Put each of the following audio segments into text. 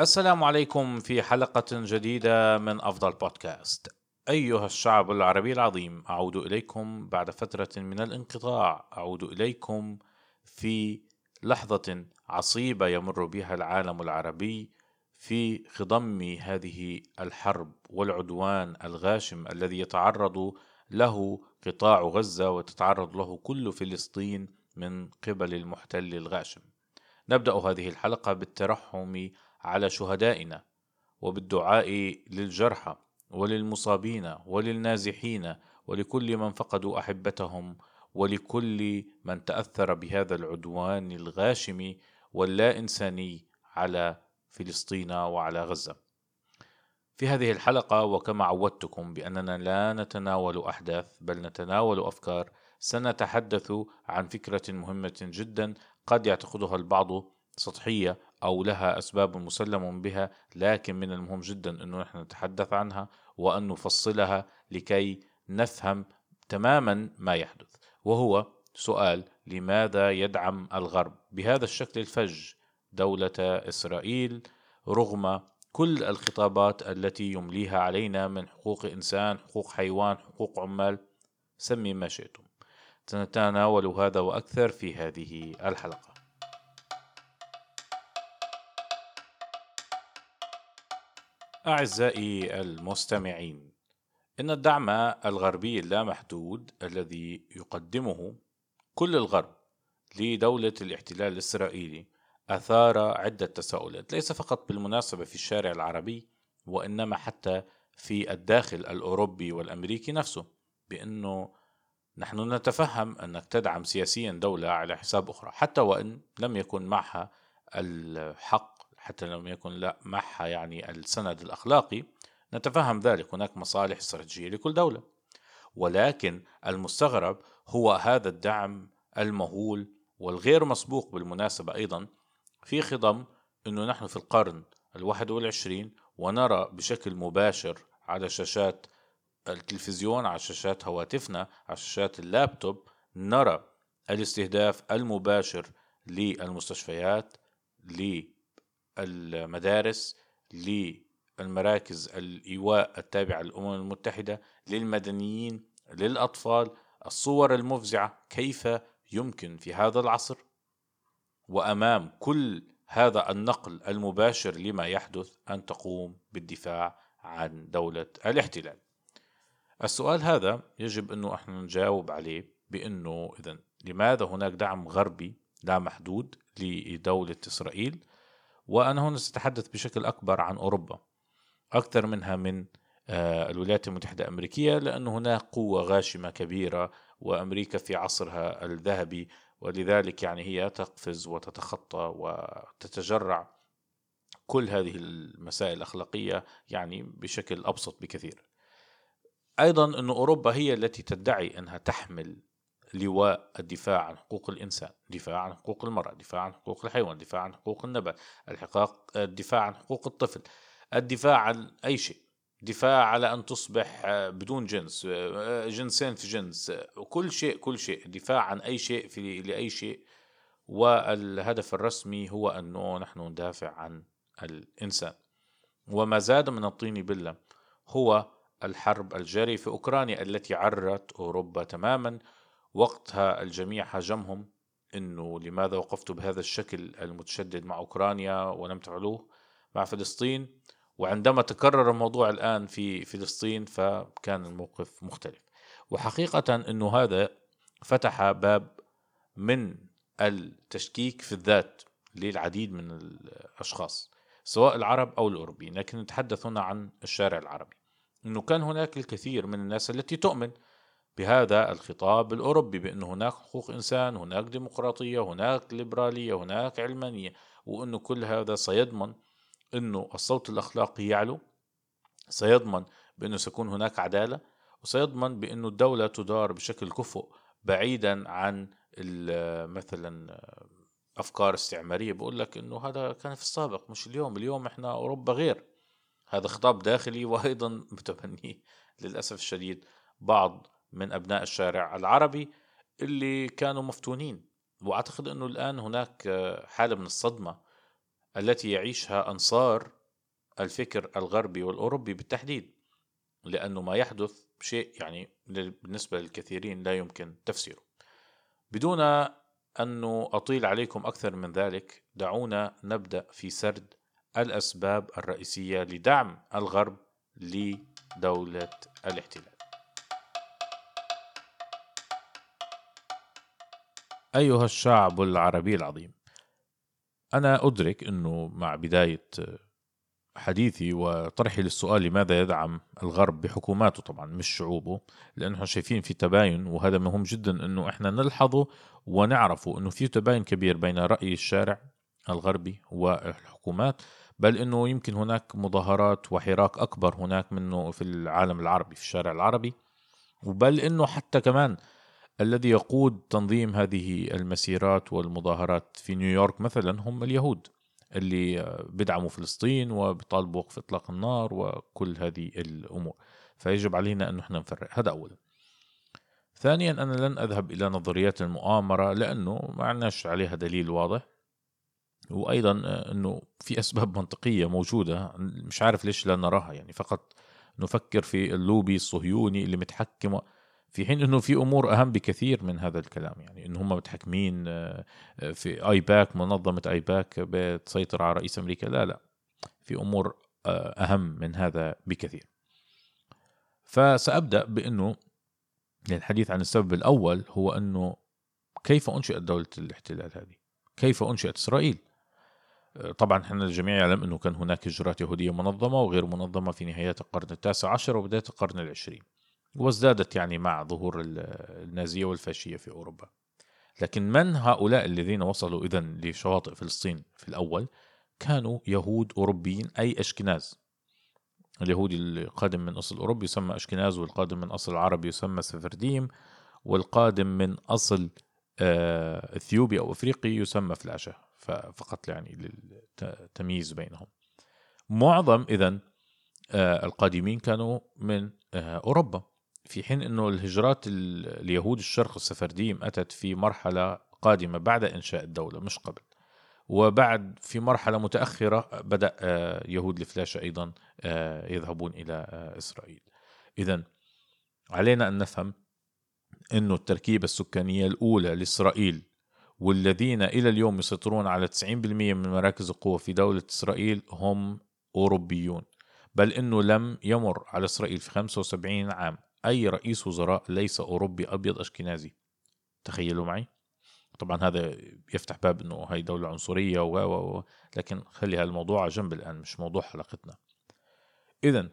السلام عليكم في حلقة جديدة من أفضل بودكاست. أيها الشعب العربي العظيم، أعود إليكم بعد فترة من الانقطاع. أعود إليكم في لحظة عصيبة يمر بها العالم العربي في خضم هذه الحرب والعدوان الغاشم الذي يتعرض له قطاع غزة وتتعرض له كل فلسطين من قبل المحتل الغاشم. نبدأ هذه الحلقة بالترحم على شهدائنا وبالدعاء للجرحى وللمصابين وللنازحين ولكل من فقدوا أحبتهم ولكل من تأثر بهذا العدوان الغاشم واللا إنساني على فلسطين وعلى غزة. في هذه الحلقة وكما عودتكم بأننا لا نتناول أحداث بل نتناول أفكار، سنتحدث عن فكرة مهمة جدا قد يعتقدها البعض سطحية أو لها أسباب مسلم بها، لكن من المهم جدا أنه نحن نتحدث عنها وأن نفصلها لكي نفهم تماما ما يحدث. وهو سؤال: لماذا يدعم الغرب بهذا الشكل الفج دولة إسرائيل رغم كل الخطابات التي يمليها علينا من حقوق إنسان، حقوق حيوان، حقوق عمال، سمي ما شئتم؟ سنتناول هذا وأكثر في هذه الحلقة. أعزائي المستمعين، إن الدعم الغربي اللامحدود الذي يقدمه كل الغرب لدولة الاحتلال الإسرائيلي أثار عدة تساؤلات، ليس فقط بالمناسبة في الشارع العربي وإنما حتى في الداخل الأوروبي والأمريكي نفسه، بأنه نحن نتفهم أنك تدعم سياسيا دولة على حساب أخرى حتى وإن لم يكن معها الحق، حتى لم يكن لا معها يعني السند الأخلاقي. نتفهم ذلك، هناك مصالح استراتيجية لكل دولة، ولكن المستغرب هو هذا الدعم المهول والغير مسبوق بالمناسبة أيضا في خضم أنه نحن في القرن 21 ونرى بشكل مباشر على شاشات التلفزيون، على شاشات هواتفنا، على شاشات اللابتوب، نرى الاستهداف المباشر للمستشفيات، للمدارس، للمراكز الإيواء التابعة للأمم المتحدة، للمدنيين، للأطفال. الصور المفزعة، كيف يمكن في هذا العصر وأمام كل هذا النقل المباشر لما يحدث أن تقوم بالدفاع عن دولة الاحتلال؟ السؤال هذا يجب أنه احنا نجاوب عليه بأنه إذن لماذا هناك دعم غربي لا محدود لدولة إسرائيل؟ وأنا هنا سأتحدث بشكل أكبر عن أوروبا أكثر منها من الولايات المتحدة الأمريكية، لأن هناك قوة غاشمة كبيرة وأمريكا في عصرها الذهبي، ولذلك يعني هي تقفز وتتخطى وتتجرع كل هذه المسائل الأخلاقية يعني بشكل أبسط بكثير. أيضا أن أوروبا هي التي تدعي أنها تحمل لواء الدفاع عن حقوق الإنسان، دفاع عن حقوق المرأة، دفاع عن حقوق الحيوان، دفاع عن حقوق النبات، الدفاع عن حقوق الطفل، الدفاع عن أي شيء، دفاع على أن تصبح بدون جنس، جنسين في جنس، كل شيء كل شيء، دفاع عن أي شيء في لأي شيء. والهدف الرسمي هو أنه نحن ندافع عن الإنسان. وما زاد من الطين بلة هو الحرب الجارية في أوكرانيا التي عرت أوروبا تماما. وقتها الجميع هاجمهم إنه لماذا وقفتوا بهذا الشكل المتشدد مع أوكرانيا ولم تفعلوه مع فلسطين. وعندما تكرر الموضوع الآن في فلسطين فكان الموقف مختلف. وحقيقة إنه هذا فتح باب من التشكيك في الذات للعديد من الأشخاص سواء العرب أو الأوروبيين، لكن نتحدث هنا عن الشارع العربي. أنه كان هناك الكثير من الناس التي تؤمن بهذا الخطاب الأوروبي بأن هناك حقوق إنسان، هناك ديمقراطية، هناك ليبرالية، هناك علمانية، وأنه كل هذا سيضمن أنه الصوت الأخلاقي يعلو، سيضمن بأنه سيكون هناك عدالة، وسيضمن بأنه الدولة تدار بشكل كفؤ بعيدا عن مثلا أفكار استعمارية. بقول لك أنه هذا كان في السابق مش اليوم. اليوم إحنا أوروبا غير. هذا خطاب داخلي وأيضا متبنيه للأسف الشديد بعض من أبناء الشارع العربي اللي كانوا مفتونين. وأعتقد أنه الآن هناك حالة من الصدمة التي يعيشها أنصار الفكر الغربي والأوروبي بالتحديد، لأنه ما يحدث شيء يعني بالنسبة للكثيرين لا يمكن تفسيره. بدون أن أطيل عليكم أكثر من ذلك، دعونا نبدأ في سرد الأسباب الرئيسية لدعم الغرب لدولة الاحتلال. أيها الشعب العربي العظيم، أنا أدرك أنه مع بداية حديثي وطرحي للسؤال لماذا يدعم الغرب بحكوماته، طبعا مش شعوبه، لأنه شايفين في تباين، وهذا مهم جدا أنه إحنا نلحظه ونعرفه أنه في تباين كبير بين رأي الشارع الغربي والحكومات، بل أنه يمكن هناك مظاهرات وحراك أكبر هناك منه في العالم العربي، في الشارع العربي، وبل أنه حتى كمان الذي يقود تنظيم هذه المسيرات والمظاهرات في نيويورك مثلا هم اليهود اللي بدعموا فلسطين وبيطالبوا وقف إطلاق النار وكل هذه الأمور. فيجب علينا أن نحن نفرق، هذا أولا. ثانيا، أنا لن أذهب إلى نظريات المؤامرة لأنه ما عندناش عليها دليل واضح، وأيضا أنه في أسباب منطقية موجودة مش عارف ليش لا نراها، يعني فقط نفكر في اللوبي الصهيوني اللي متحكم، في حين أنه في أمور أهم بكثير من هذا الكلام. يعني أنه هم متحكمين في آيباك، منظمة آيباك بتسيطر على رئيس أمريكا، لا، في أمور أهم من هذا بكثير. فسأبدأ بأنه الحديث عن السبب الأول هو أنه كيف أنشئت دولة الاحتلال هذه، كيف أنشئت إسرائيل. طبعا احنا الجميع يعلم أنه كان هناك هجرات يهودية منظمة وغير منظمة في نهايات القرن التاسع عشر وبداية القرن العشرين، وازدادت يعني مع ظهور النازية والفاشية في أوروبا. لكن من هؤلاء الذين وصلوا إذن لشواطئ فلسطين في الأول؟ كانوا يهود أوروبيين، أي أشكناز. اليهودي القادم من أصل أوروبي يسمى أشكناز، والقادم من أصل عربي يسمى سفرديم، والقادم من أصل إثيوبي أو أفريقي يسمى فلاشة، فقط يعني للتمييز بينهم. معظم إذن القادمين كانوا من أوروبا، في حين أنه الهجرات اليهود الشرق السفرديم أتت في مرحلة قادمة بعد إنشاء الدولة مش قبل، وبعد في مرحلة متأخرة بدأ يهود الفلاشة أيضا يذهبون إلى إسرائيل. إذن علينا أن نفهم أنه التركيبة السكانية الأولى لإسرائيل، والذين إلى اليوم يسيطرون على 90% من مراكز القوة في دولة إسرائيل هم أوروبيون، بل أنه لم يمر على إسرائيل في 75 عام أي رئيس وزراء ليس أوروبي أبيض أشكنازي. تخيلوا معي. طبعا هذا يفتح باب أنه هاي دولة عنصرية لكن خلي هذا الموضوع جنب الآن، مش موضوع حلقتنا. إذن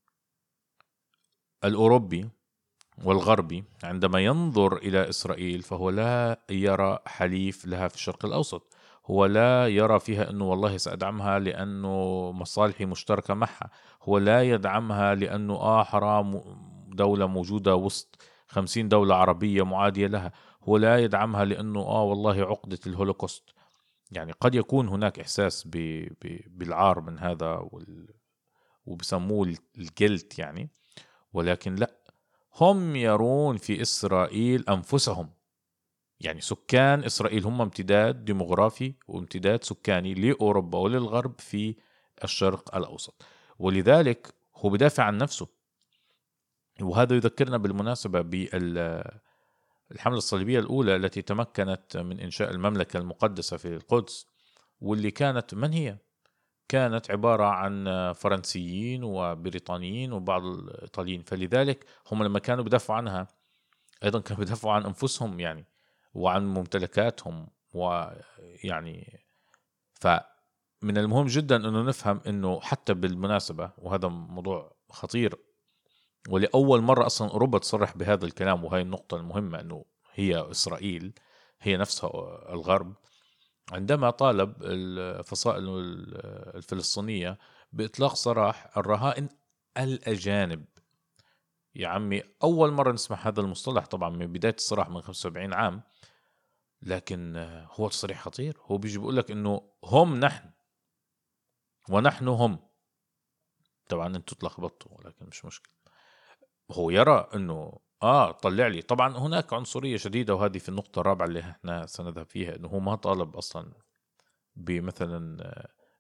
الأوروبي والغربي عندما ينظر إلى إسرائيل فهو لا يرى حليف لها في الشرق الأوسط، هو لا يرى فيها أنه والله سأدعمها لأنه مصالحي مشتركة معها، هو لا يدعمها لأنه حرام دولة موجودة وسط 50 دولة عربية معادية لها، هو لا يدعمها لأنه والله عقدة الهولوكوست. يعني قد يكون هناك إحساس بالعار من هذا وبسموه الجلد يعني، ولكن لا، هم يرون في إسرائيل أنفسهم. يعني سكان إسرائيل هم امتداد ديموغرافي وامتداد سكاني لأوروبا وللغرب في الشرق الأوسط، ولذلك هو بدافع عن نفسه. وهذا يذكرنا بالمناسبة بالحملة الصليبية الأولى التي تمكنت من إنشاء المملكة المقدسة في القدس، واللي كانت من هي؟ كانت عبارة عن فرنسيين وبريطانيين وبعض الإيطاليين، فلذلك هم لما كانوا بدافعوا عنها أيضا كانوا بدافعوا عن أنفسهم يعني وعن ممتلكاتهم، ويعني فمن المهم جدا أنه نفهم أنه حتى بالمناسبة، وهذا موضوع خطير ولأول مرة أصلا أوروبا تصرح بهذا الكلام، وهي النقطة المهمة، أنه هي إسرائيل هي نفسها الغرب عندما طالب الفصائل الفلسطينية بإطلاق سراح الرهائن الأجانب. يا عمي أول مرة نسمع هذا المصطلح طبعا من بداية الصراح من 75 عام، لكن هو تصريح خطير. هو بيجي بيقول لك إنه هم نحن ونحن هم. طبعا أنتوا تلخبطوا ولكن مش مشكلة. هو يرى إنه طلع لي. طبعا هناك عنصرية شديدة، وهذه في النقطة الرابعة اللي احنا سنذهب فيها، إنه هو ما طالب أصلا بمثلا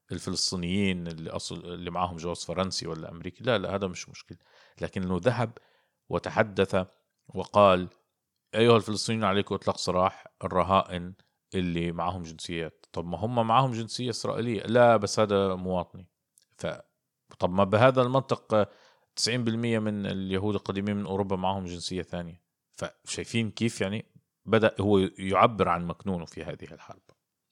الفلسطينيين اللي معاهم جواز فرنسي ولا أمريكي، لا هذا مش مشكلة. لكن إنه ذهب وتحدث وقال أيها الفلسطينيون عليكم إطلاق سراح الرهائن اللي معهم جنسيات. طب ما هم معهم جنسية إسرائيلية، لا بس هذا مواطني. ف طب ما بهذا المنطق 90% من اليهود القديمين من أوروبا معهم جنسية ثانية. فشايفين كيف يعني بدأ هو يعبر عن مكنونه في هذه الحرب.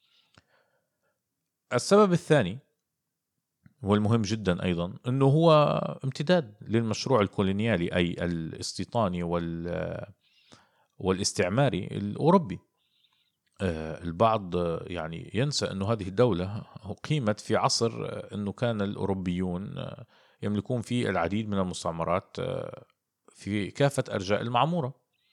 السبب الثاني والمهم جدا أيضا أنه هو امتداد للمشروع الكولونيالي أي الاستيطاني والاستعماري الأوروبي. البعض يعني ينسى أنه هذه الدولة قيمت في عصر أنه كان الأوروبيون يملكون فيه العديد من المستعمرات في كافة أرجاء المعمورة.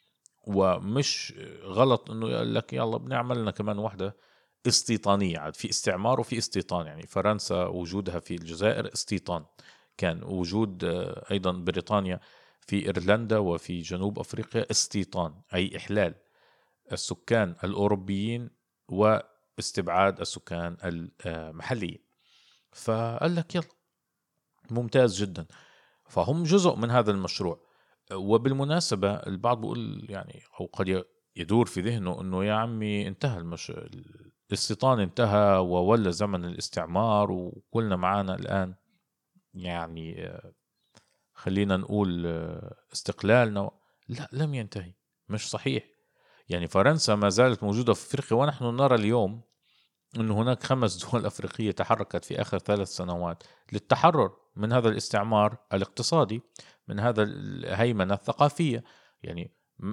ومش غلط أنه يقول لك يلا بنعمل لنا كمان واحدة استيطانية، في استعمار وفي استيطان. يعني فرنسا وجودها في الجزائر استيطان، كان وجود أيضا بريطانيا في إيرلندا وفي جنوب أفريقيا استيطان، أي إحلال السكان الأوروبيين واستبعاد السكان المحليين. فقال لك يلا ممتاز جدا. فهم جزء من هذا المشروع. وبالمناسبة البعض بيقول يعني أو قد يدور في ذهنه أنه يا عمي انتهى الاستيطان انتهى وولى زمن الاستعمار وكلنا معانا الآن يعني خلينا نقول استقلالنا. لا، لم ينتهي، مش صحيح. يعني فرنسا ما زالت موجودة في أفريقيا، ونحن نرى اليوم أن هناك 5 دول أفريقية تحركت في آخر 3 سنوات للتحرر من هذا الاستعمار الاقتصادي، من هذا الهيمنة الثقافية. يعني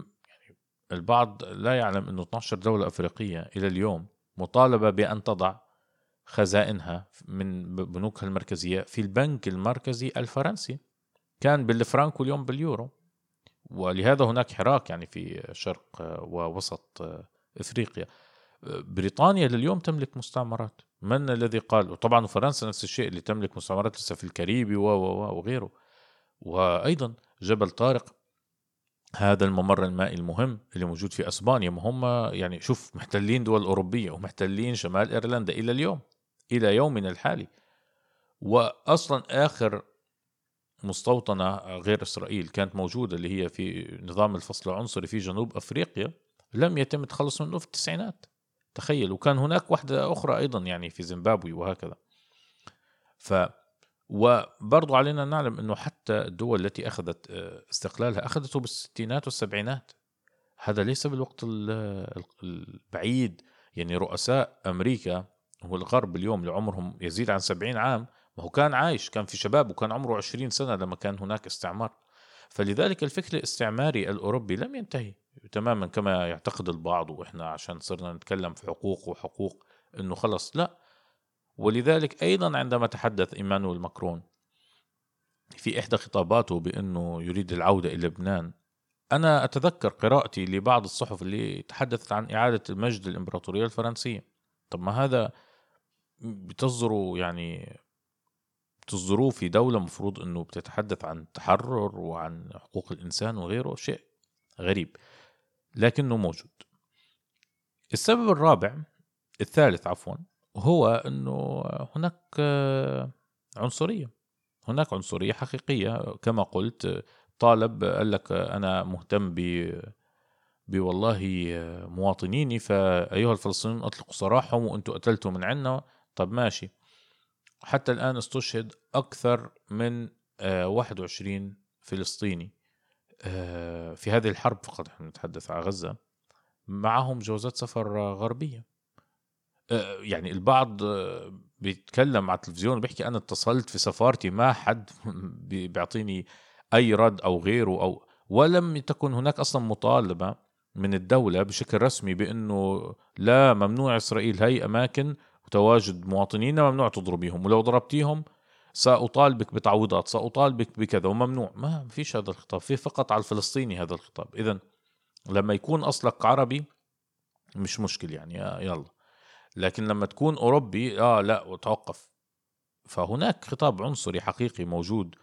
البعض لا يعلم أنه 12 دولة أفريقية إلى اليوم مطالبة بأن تضع خزائنها من بنوكها المركزية في البنك المركزي الفرنسي، كان بالفرنك واليوم باليورو. ولهذا هناك حراك يعني في شرق ووسط إفريقيا. بريطانيا لليوم تملك مستعمرات، من الذي قال؟ وطبعا فرنسا نفس الشيء اللي تملك مستعمرات لسه في الكاريبي وغيره. وأيضا جبل طارق، هذا الممر المائي المهم اللي موجود في أسبانيا. ما هم يعني شوف محتلين دول أوروبية ومحتلين شمال إيرلندا إلى اليوم، إلى يومنا الحالي. وأصلا آخر مستوطنة غير إسرائيل كانت موجودة اللي هي في نظام الفصل العنصري في جنوب أفريقيا، لم يتم التخلص منه في التسعينات، تخيل. وكان هناك واحدة أخرى أيضا يعني في زيمبابوي وهكذا. وبرضو علينا نعلم أنه حتى الدول التي أخذت استقلالها أخذته بالستينات والسبعينات، هذا ليس بالوقت البعيد. يعني رؤساء أمريكا والغرب اليوم اللي عمرهم يزيد عن 70 عام، ما هو كان عايش، كان في شباب وكان عمره 20 سنة لما كان هناك استعمار. فلذلك الفكر الاستعماري الأوروبي لم ينتهي تماما كما يعتقد البعض، وإحنا عشان صرنا نتكلم في حقوق وحقوق إنه خلص، لا. ولذلك أيضا عندما تحدث إيمانويل ماكرون في إحدى خطاباته بأنه يريد العودة إلى لبنان، أنا أتذكر قراءتي لبعض الصحف اللي تحدثت عن إعادة مجد الإمبراطورية الفرنسية. طب ما هذا بتصدروا يعني تصدروه في دولة مفروض أنه بتتحدث عن التحرر وعن حقوق الإنسان وغيره، شيء غريب لكنه موجود. السبب الثالث عفوا، هو أنه هناك عنصرية. هناك عنصرية حقيقية كما قلت. طالب قال لك أنا مهتم والله مواطنيني، فأيها الفلسطينيون أطلقوا سراحهم وأنتوا قتلتوا من عنا. طب ماشي، حتى الآن استشهد أكثر من 21 فلسطيني في هذه الحرب فقط. نحن نتحدث عن غزة، معهم جوازات سفر غربية. يعني البعض بيتكلم على التلفزيون بيحكي أنا اتصلت في سفارتي ما حد بيعطيني أي رد أو غيره، ولم تكن هناك أصلا مطالبة من الدولة بشكل رسمي بأنه لا، ممنوع إسرائيل هاي أماكن وتواجد مواطنين ممنوع تضربيهم، ولو ضربتيهم سأطالبك بتعويضات، سأطالبك بكذا، وممنوع. ما فيش هذا الخطاب، في فقط على الفلسطيني هذا الخطاب. إذن لما يكون أصلك عربي مش مشكل يعني يلا، لكن لما تكون أوروبي لا وتوقف. فهناك خطاب عنصري حقيقي موجود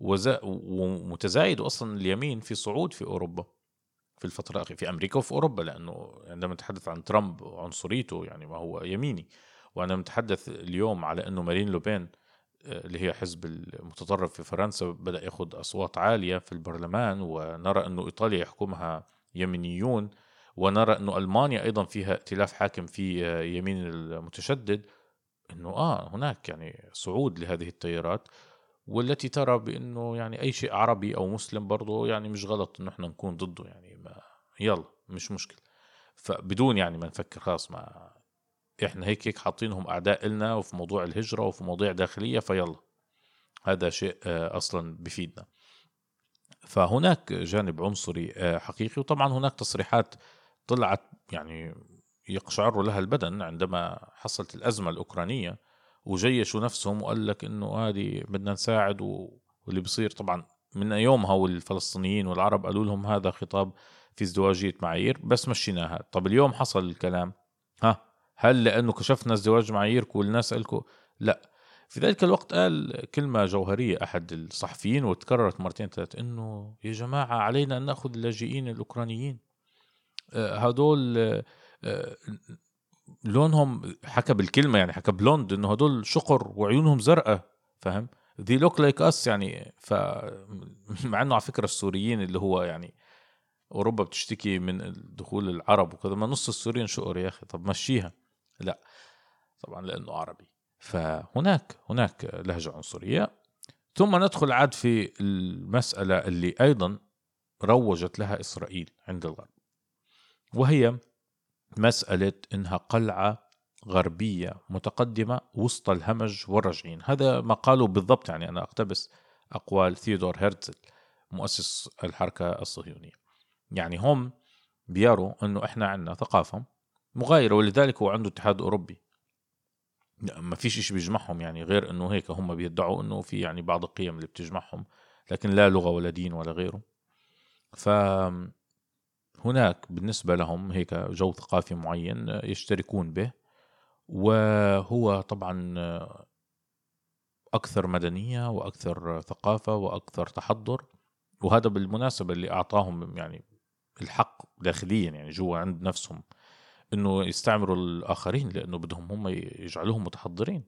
ومتزايد. أصلا اليمين في صعود في أوروبا في الفترة الأخيرة، في أمريكا وفي أوروبا، لأنه عندما نتحدث عن ترامب وعنصريته يعني ما هو يميني. وأنا متحدث اليوم على أنه مارين لوبين اللي هي حزب المتطرف في فرنسا بدأ يأخذ أصوات عالية في البرلمان، ونرى أنه إيطاليا يحكمها يمينيون، ونرى أنه ألمانيا أيضا فيها ائتلاف حاكم في يمين المتشدد، أنه هناك يعني صعود لهذه التيارات، والتي ترى بأنه يعني أي شيء عربي أو مسلم برضو يعني مش غلط أنه احنا نكون ضده، يعني ما يلا مش مشكل. فبدون يعني ما نفكر خلاص، ما احنا هيك حاطينهم أعداء إلنا، وفي موضوع الهجرة وفي مواضيع داخلية، فيلا هذا شيء أصلا بفيدنا. فهناك جانب عنصري حقيقي، وطبعا هناك تصريحات طلعت يعني يقشعر لها البدن عندما حصلت الأزمة الأوكرانية، وجيشوا نفسهم وقال لك إنه هذه بدنا نساعد واللي بيصير طبعا من يومها، والفلسطينيين والعرب قالوا لهم هذا خطاب في ازدواجية معايير، بس مشيناها. طب اليوم حصل الكلام، هل لأنه كشفنا ازدواج معاييركم والناس قالكم لا؟ في ذلك الوقت قال كلمة جوهرية أحد الصحفيين وتكررت مرتين ثلاث، إنه يا جماعة علينا أن نأخذ اللاجئين الأوكرانيين، هدول آه، لونهم، حكى بالكلمة يعني حكى بلوند، إنه هدول شقر وعيونهم زرقاء، فهم they look like us يعني. مع إنه على فكرة السوريين اللي هو يعني أوروبا بتشتكي من دخول العرب وكذا، ما نص السوريين شقر يا أخي، طب مشيها. لا طبعا لأنه عربي. فهناك لهجة عنصرية. ثم ندخل عاد في المسألة اللي أيضا روجت لها إسرائيل عند الغرب، وهي مسألة إنها قلعة غربية متقدمة وسط الهمج والرجعين. هذا ما قالوا بالضبط، يعني أنا أقتبس أقوال ثيودور هيرتزل مؤسس الحركة الصهيونية. يعني هم بيروا أنه إحنا عندنا ثقافة مغايرة، ولذلك هو عنده اتحاد أوروبي ما فيش إشي بيجمعهم، يعني غير أنه هيك هم بيدعوا أنه في يعني بعض القيم اللي بتجمعهم، لكن لا لغة ولا دين ولا غيره. فهناك بالنسبة لهم هيك جو ثقافي معين يشتركون به، وهو طبعا أكثر مدنية وأكثر ثقافة وأكثر تحضر. وهذا بالمناسبة اللي أعطاهم يعني الحق داخليا، يعني جوا عند نفسهم، انه يستعمروا الاخرين، لانه بدهم هم يجعلوهم متحضرين.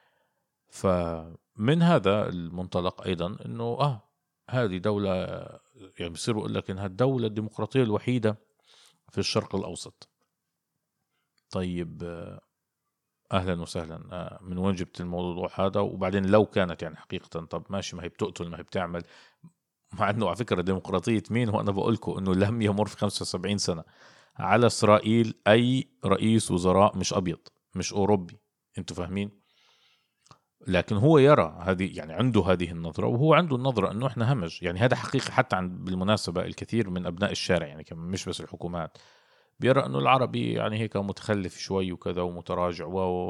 فمن هذا المنطلق ايضا انه هذه دولة، يعني بصيروا يقول لك انها الدولة الديمقراطية الوحيدة في الشرق الاوسط. طيب اهلا وسهلا، من وين جبت الموضوع هذا؟ وبعدين لو كانت يعني حقيقة، طب ماشي، ما هي بتقتل، ما هي بتعمل، مع انه على فكرة ديمقراطية مين؟ وانا بقول لكم انه لم يمر في 75 سنة على إسرائيل أي رئيس وزراء مش أبيض، مش أوروبي. أنتوا فاهمين؟ لكن هو يرى هذه، يعني عنده هذه النظرة، وهو عنده النظرة أنه إحنا همج. يعني هذا حقيقي حتى عند بالمناسبة الكثير من أبناء الشارع، يعني كمان مش بس الحكومات، بيرى أنه العربي يعني هيك متخلف شوي وكذا ومتراجع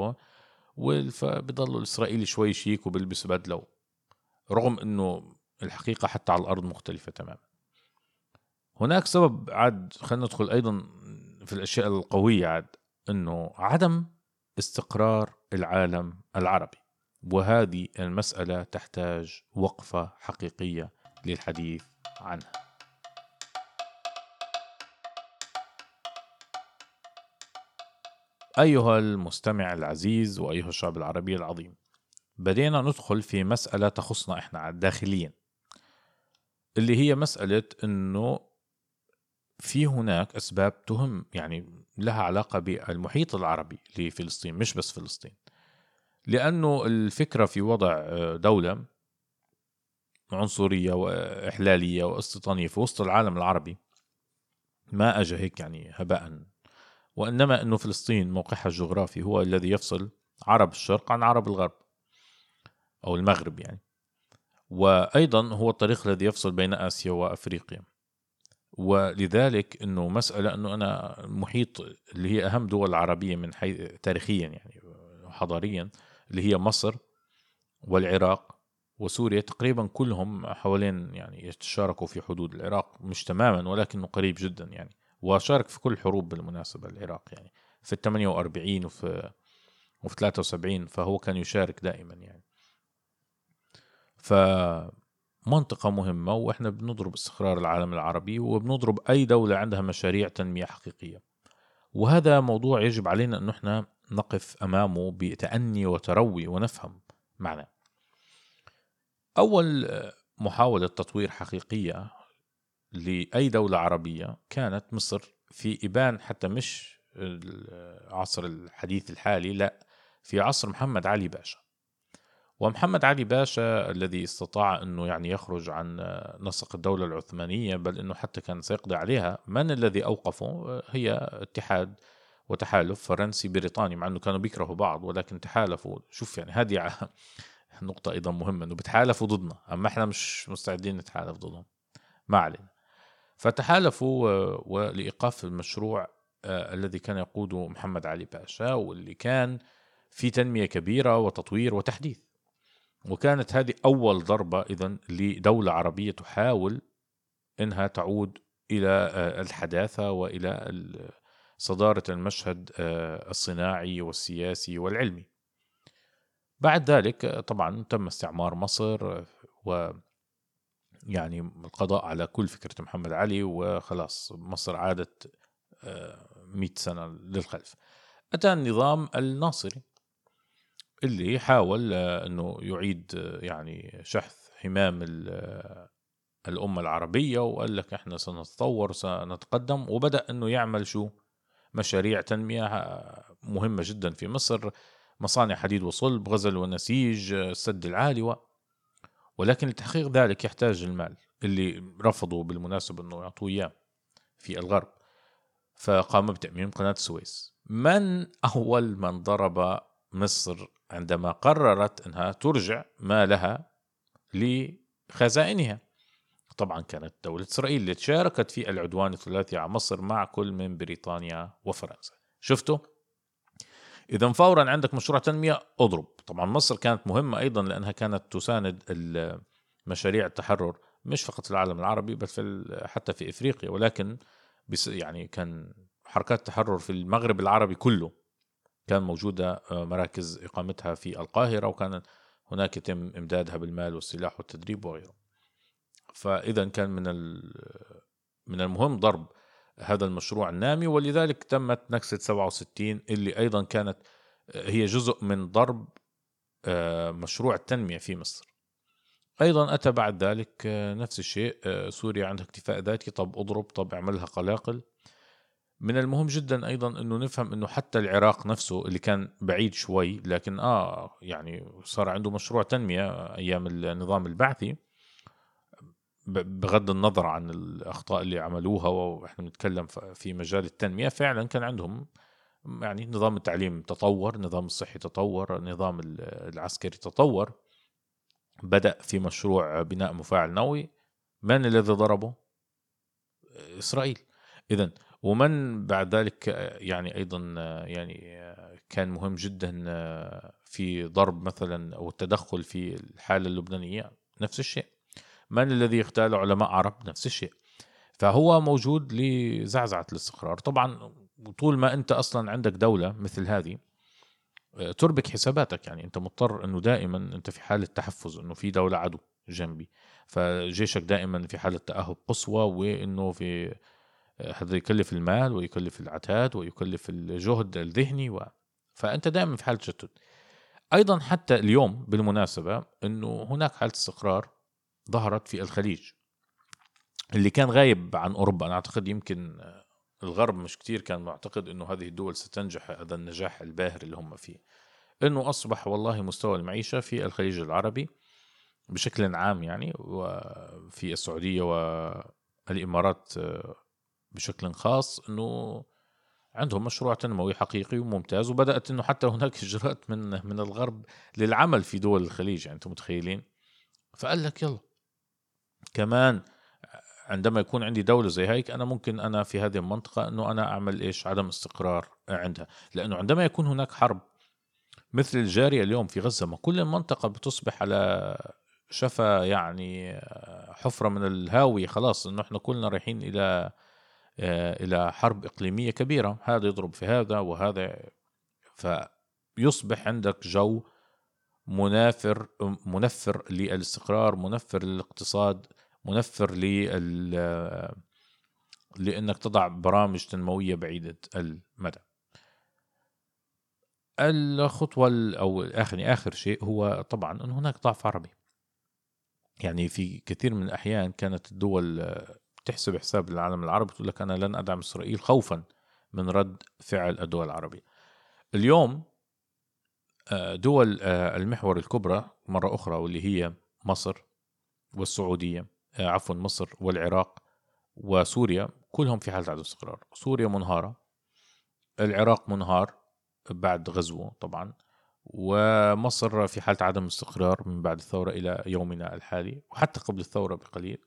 فبضل الإسرائيلي شوي شيك وبلبس بدلة، رغم أنه الحقيقة حتى على الأرض مختلفة تماما. هناك سبب عاد، خلينا ندخل أيضا في الأشياء القوية عاد، أنه عدم استقرار العالم العربي، وهذه المسألة تحتاج وقفة حقيقية للحديث عنها. أيها المستمع العزيز وأيها الشعب العربي العظيم، بدينا ندخل في مسألة تخصنا إحنا داخليا، اللي هي مسألة أنه في هناك أسباب تهم، يعني لها علاقة بالمحيط العربي لفلسطين، مش بس فلسطين. لأنه الفكرة في وضع دولة عنصرية وإحلالية واستيطانية في وسط العالم العربي ما أجى هيك يعني هباء، وإنما أنه فلسطين موقعها الجغرافي هو الذي يفصل عرب الشرق عن عرب الغرب أو المغرب يعني، وأيضا هو الطريق الذي يفصل بين آسيا وأفريقيا. ولذلك أنه مسألة أنه أنا محيط اللي هي أهم دول العربية من حيث تاريخيا يعني حضاريا، اللي هي مصر والعراق وسوريا، تقريبا كلهم حوالين يعني يتشاركوا في حدود العراق، مش تماما ولكنه قريب جدا يعني. وشارك في كل الحروب بالمناسبة العراق، يعني في 48 وفي 73، فهو كان يشارك دائما يعني. فمنطقة مهمة، وإحنا بنضرب استقرار العالم العربي، وبنضرب أي دولة عندها مشاريع تنمية حقيقية. وهذا موضوع يجب علينا أنه إحنا نقف أمامه بتأني وتروي ونفهم معناه. أول محاولة تطوير حقيقية لأي دولة عربية كانت مصر، في إبان حتى مش العصر الحديث الحالي، لا، في عصر محمد علي باشا. ومحمد علي باشا الذي استطاع أنه يعني يخرج عن نسق الدولة العثمانية، بل أنه حتى كان سيقضي عليها. من الذي أوقفه؟ هي اتحاد وتحالف فرنسي بريطاني، مع أنه كانوا بيكرهوا بعض ولكن تحالفوا. شوف يعني هذه نقطة أيضا مهمة، أنه بتحالفوا ضدنا أما إحنا مش مستعدين نتحالف ضدهم. ما علينا. فتحالفوا ولإيقاف المشروع الذي كان يقوده محمد علي باشا، واللي كان في تنمية كبيرة وتطوير وتحديث. وكانت هذه أول ضربة إذن لدولة عربية تحاول أنها تعود إلى الحداثة وإلى صدارة المشهد الصناعي والسياسي والعلمي. بعد ذلك طبعا تم استعمار مصر، ويعني القضاء على كل فكرة محمد علي، وخلاص مصر عادت 100 سنة للخلف. أتى النظام الناصري اللي حاول أنه يعيد يعني شحذ حمام الأمة العربية، وقال لك إحنا سنتطور سنتقدم، وبدأ أنه يعمل شو؟ مشاريع تنمية مهمة جدا في مصر، مصانع حديد وصلب، غزل ونسيج، السد العالي. ولكن لتحقيق ذلك يحتاج المال، اللي رفضوا بالمناسبة أنه يعطوه إياه في الغرب. فقام بتأميم قناة السويس. من أول من ضرب مصر عندما قررت أنها ترجع مالها لخزائنها؟ طبعا كانت دولة إسرائيل اللي تشاركت في العدوان الثلاثي على مصر مع كل من بريطانيا وفرنسا. شفتوا؟ إذا فورا عندك مشروع تنمية أضرب. طبعا مصر كانت مهمة أيضا لأنها كانت تساند مشاريع التحرر مش فقط في العالم العربي بل حتى في إفريقيا. ولكن يعني كان حركات التحرر في المغرب العربي كله كان موجودة مراكز إقامتها في القاهرة، وكان هناك يتم إمدادها بالمال والسلاح والتدريب وغيره. فإذا كان من المهم ضرب هذا المشروع النامي. ولذلك تمت نكسة 67 اللي أيضا كانت هي جزء من ضرب مشروع التنمية في مصر. أيضا أتى بعد ذلك نفس الشيء، سوريا عندها اكتفاء ذاتي، طب أضرب، طب اعملها قلاقل. من المهم جدا أيضا أنه نفهم أنه حتى العراق نفسه اللي كان بعيد شوي لكن يعني صار عنده مشروع تنمية أيام النظام البعثي، بغض النظر عن الأخطاء اللي عملوها. وإحنا نتكلم في مجال التنمية، فعلا كان عندهم يعني نظام التعليم تطور، نظام الصحي تطور، نظام العسكري تطور. بدأ في مشروع بناء مفاعل نووي. من الذي ضربه؟ إسرائيل. إذن ومن بعد ذلك يعني أيضا يعني كان مهم جدا في ضرب مثلا أو التدخل في الحالة اللبنانية، نفس الشيء. من الذي اغتال علماء عرب؟ نفس الشيء. فهو موجود لزعزعة الاستقرار. طبعا طول ما أنت أصلا عندك دولة مثل هذه تربك حساباتك، يعني أنت مضطر أنه دائما أنت في حالة تحفز أنه في دولة عدو جنبي، فجيشك دائما في حالة تأهب قصوى، وأنه في هذا يكلف المال ويكلف العتاد ويكلف الجهد الذهني فأنت دائما في حالة تشتت. أيضا حتى اليوم بالمناسبة أنه هناك حالة استقرار ظهرت في الخليج اللي كان غايب عن أوروبا. أنا أعتقد يمكن الغرب مش كتير كان معتقد أنه هذه الدول ستنجح هذا النجاح الباهر اللي هم فيه. أنه أصبح والله مستوى المعيشة في الخليج العربي بشكل عام يعني، وفي السعودية والإمارات بشكل خاص، أنه عندهم مشروع تنموي حقيقي وممتاز. وبدأت أنه حتى هناك هجرات من الغرب للعمل في دول الخليج، يعني أنتم متخيلين. فقال لك يلا كمان عندما يكون عندي دولة زي هيك أنا ممكن أنا في هذه المنطقة أنه أنا أعمل إيش؟ عدم استقرار عندها. لأنه عندما يكون هناك حرب مثل الجارية اليوم في غزة، ما كل المنطقة بتصبح على شفا يعني حفرة من الهاوية، خلاص أنه إحنا كلنا رايحين إلى حرب إقليمية كبيرة، هذا يضرب في هذا وهذا. فيصبح عندك جو منفر للاستقرار، منفر للاقتصاد، منفر لأنك تضع برامج تنموية بعيدة المدى. الخطوة أو آخر شيء هو طبعا أن هناك ضعف عربي. يعني في كثير من الأحيان كانت الدول تحسب حساب العالم العربي، تقول لك أنا لن أدعم إسرائيل خوفا من رد فعل الدول العربية. اليوم دول المحور الكبرى مرة أخرى، واللي هي مصر والسعودية، عفوا مصر والعراق وسوريا، كلهم في حالة عدم استقرار. سوريا منهارة، العراق منهار بعد غزوه طبعا، ومصر في حالة عدم استقرار من بعد الثورة إلى يومنا الحالي، وحتى قبل الثورة بقليل.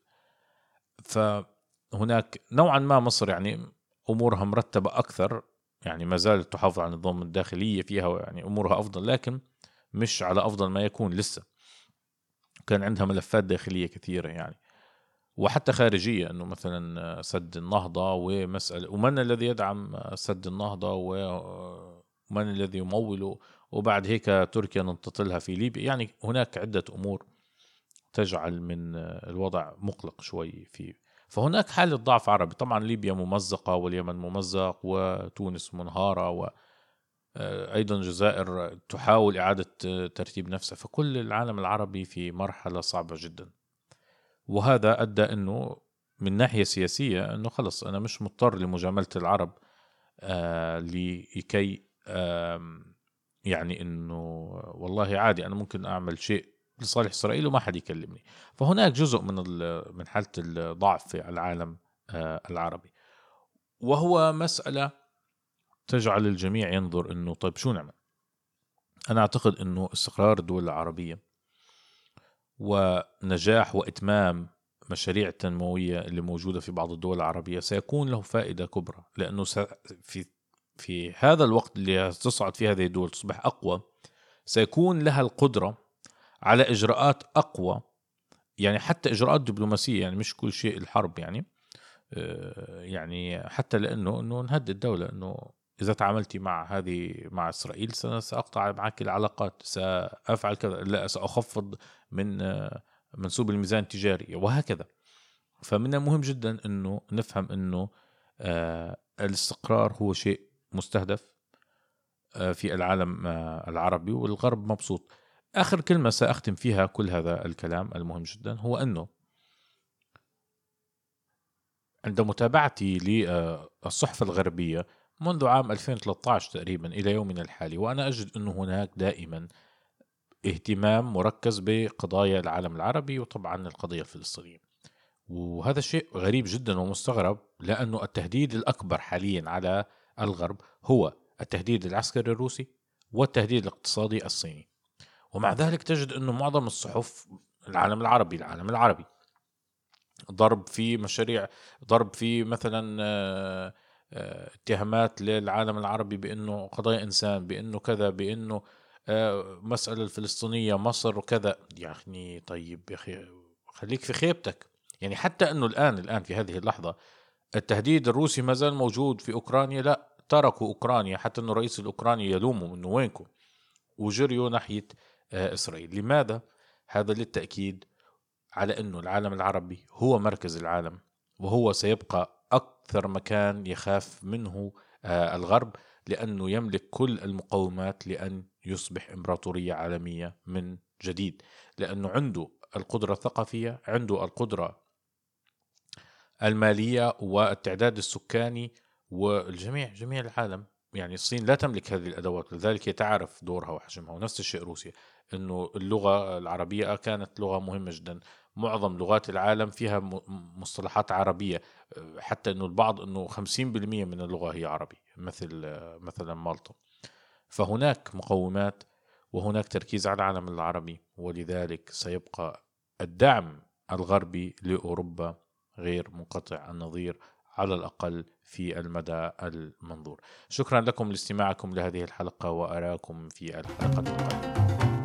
فهناك نوعا ما مصر يعني أمورها مرتبة أكثر، يعني ما زالت تحافظ على النظام الداخلية فيها، يعني أمورها أفضل، لكن مش على أفضل ما يكون لسه. كان عندها ملفات داخلية كثيرة يعني، وحتى خارجية، أنه مثلا سد النهضة ومسألة، ومن الذي يدعم سد النهضة ومن الذي يموله، وبعد هيك تركيا ننتطلها في ليبيا. يعني هناك عدة أمور تجعل من الوضع مقلق شوي فيه. فهناك حالة ضعف عربي. طبعا ليبيا ممزقة، واليمن ممزق، وتونس منهارة، وأيضا الجزائر تحاول إعادة ترتيب نفسها. فكل العالم العربي في مرحلة صعبة جدا، وهذا أدى أنه من ناحية سياسية أنه خلص أنا مش مضطر لمجاملة العرب لكي يعني أنه والله عادي أنا ممكن أعمل شيء لصالح إسرائيل وما حد يكلمني. فهناك جزء من حالة الضعف في العالم العربي، وهو مسألة تجعل الجميع ينظر أنه طيب شو نعمل. أنا أعتقد أنه استقرار الدول العربية ونجاح وإتمام مشاريع التنموية اللي موجودة في بعض الدول العربية سيكون له فائدة كبرى، لأنه في هذا الوقت اللي تصعد فيه هذه الدول تصبح أقوى، سيكون لها القدرة على إجراءات أقوى، يعني حتى إجراءات دبلوماسية، يعني مش كل شيء الحرب يعني حتى لأنه نهدد الدولة أنه إذا تعاملتي مع إسرائيل سأقطع معك العلاقات، سأفعل كذا، لا سأخفض من منسوب الميزان التجاري، وهكذا. فمن المهم جدا أنه نفهم أنه الاستقرار هو شيء مستهدف في العالم العربي، والغرب مبسوط. آخر كلمة سأختم فيها كل هذا الكلام المهم جدا هو أنه عند متابعتي للصحف الغربية منذ عام 2013 تقريبا إلى يومنا الحالي، وأنا أجد أنه هناك دائما اهتمام مركز بقضايا العالم العربي، وطبعا القضية الفلسطينية. وهذا شيء غريب جدا ومستغرب، لأنه التهديد الأكبر حاليا على الغرب هو التهديد العسكري الروسي والتهديد الاقتصادي الصيني. ومع ذلك تجد أنه معظم الصحف العالم العربي ضرب في مشاريع، ضرب في مثلا اتهامات للعالم العربي بأنه قضايا إنسان، بأنه كذا، بأنه مسألة الفلسطينية مصر وكذا. يعني طيب يا أخي خليك في خيبتك. يعني حتى أنه الآن في هذه اللحظة التهديد الروسي ما زال موجود في أوكرانيا، لا تركوا أوكرانيا، حتى أنه الرئيس الأوكراني يلوموا أنه وينكم، وجريوا ناحية إسرائيل. لماذا؟ هذا للتأكيد على أنه العالم العربي هو مركز العالم، وهو سيبقى أكثر مكان يخاف منه الغرب، لأنه يملك كل المقومات لأن يصبح إمبراطورية عالمية من جديد، لأنه عنده القدرة الثقافية، عنده القدرة المالية والتعداد السكاني، جميع العالم. يعني الصين لا تملك هذه الأدوات، لذلك هي تعرف دورها وحجمها. ونفس الشيء روسيا، أنه اللغة العربية كانت لغة مهمة جدا. معظم لغات العالم فيها مصطلحات عربية، حتى أنه البعض أنه 50% من اللغة هي عربي، مثلا مالطا. فهناك مقومات، وهناك تركيز على العالم العربي، ولذلك سيبقى الدعم الغربي لأوروبا غير منقطع النظير، على الأقل في المدى المنظور. شكرا لكم لاستماعكم لهذه الحلقة، وأراكم في الحلقة القادمة.